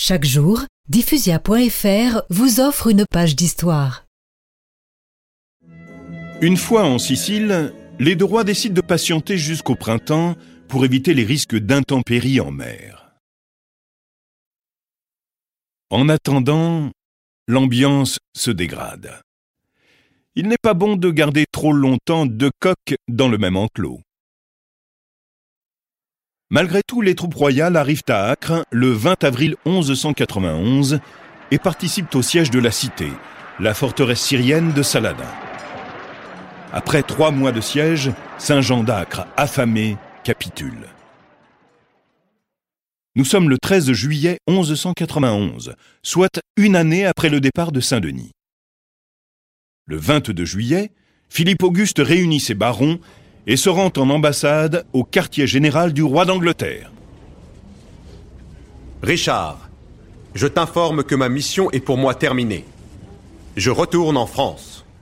Chaque jour, Diffusia.fr vous offre une page d'histoire. Une fois en Sicile, les deux rois décident de patienter jusqu'au printemps pour éviter les risques d'intempéries en mer. En attendant, l'ambiance se dégrade. Il n'est pas bon de garder trop longtemps deux coqs dans le même enclos. Malgré tout, les troupes royales arrivent à Acre le 20 avril 1191 et participent au siège de la cité, la forteresse syrienne de Saladin. Après 3 mois de siège, Saint-Jean d'Acre, affamé, capitule. Nous sommes le 13 juillet 1191, soit une année après le départ de Saint-Denis. Le 22 juillet, Philippe Auguste réunit ses barons et se rend en ambassade au quartier général du roi d'Angleterre. Richard, je t'informe que ma mission est pour moi terminée. Je retourne en France.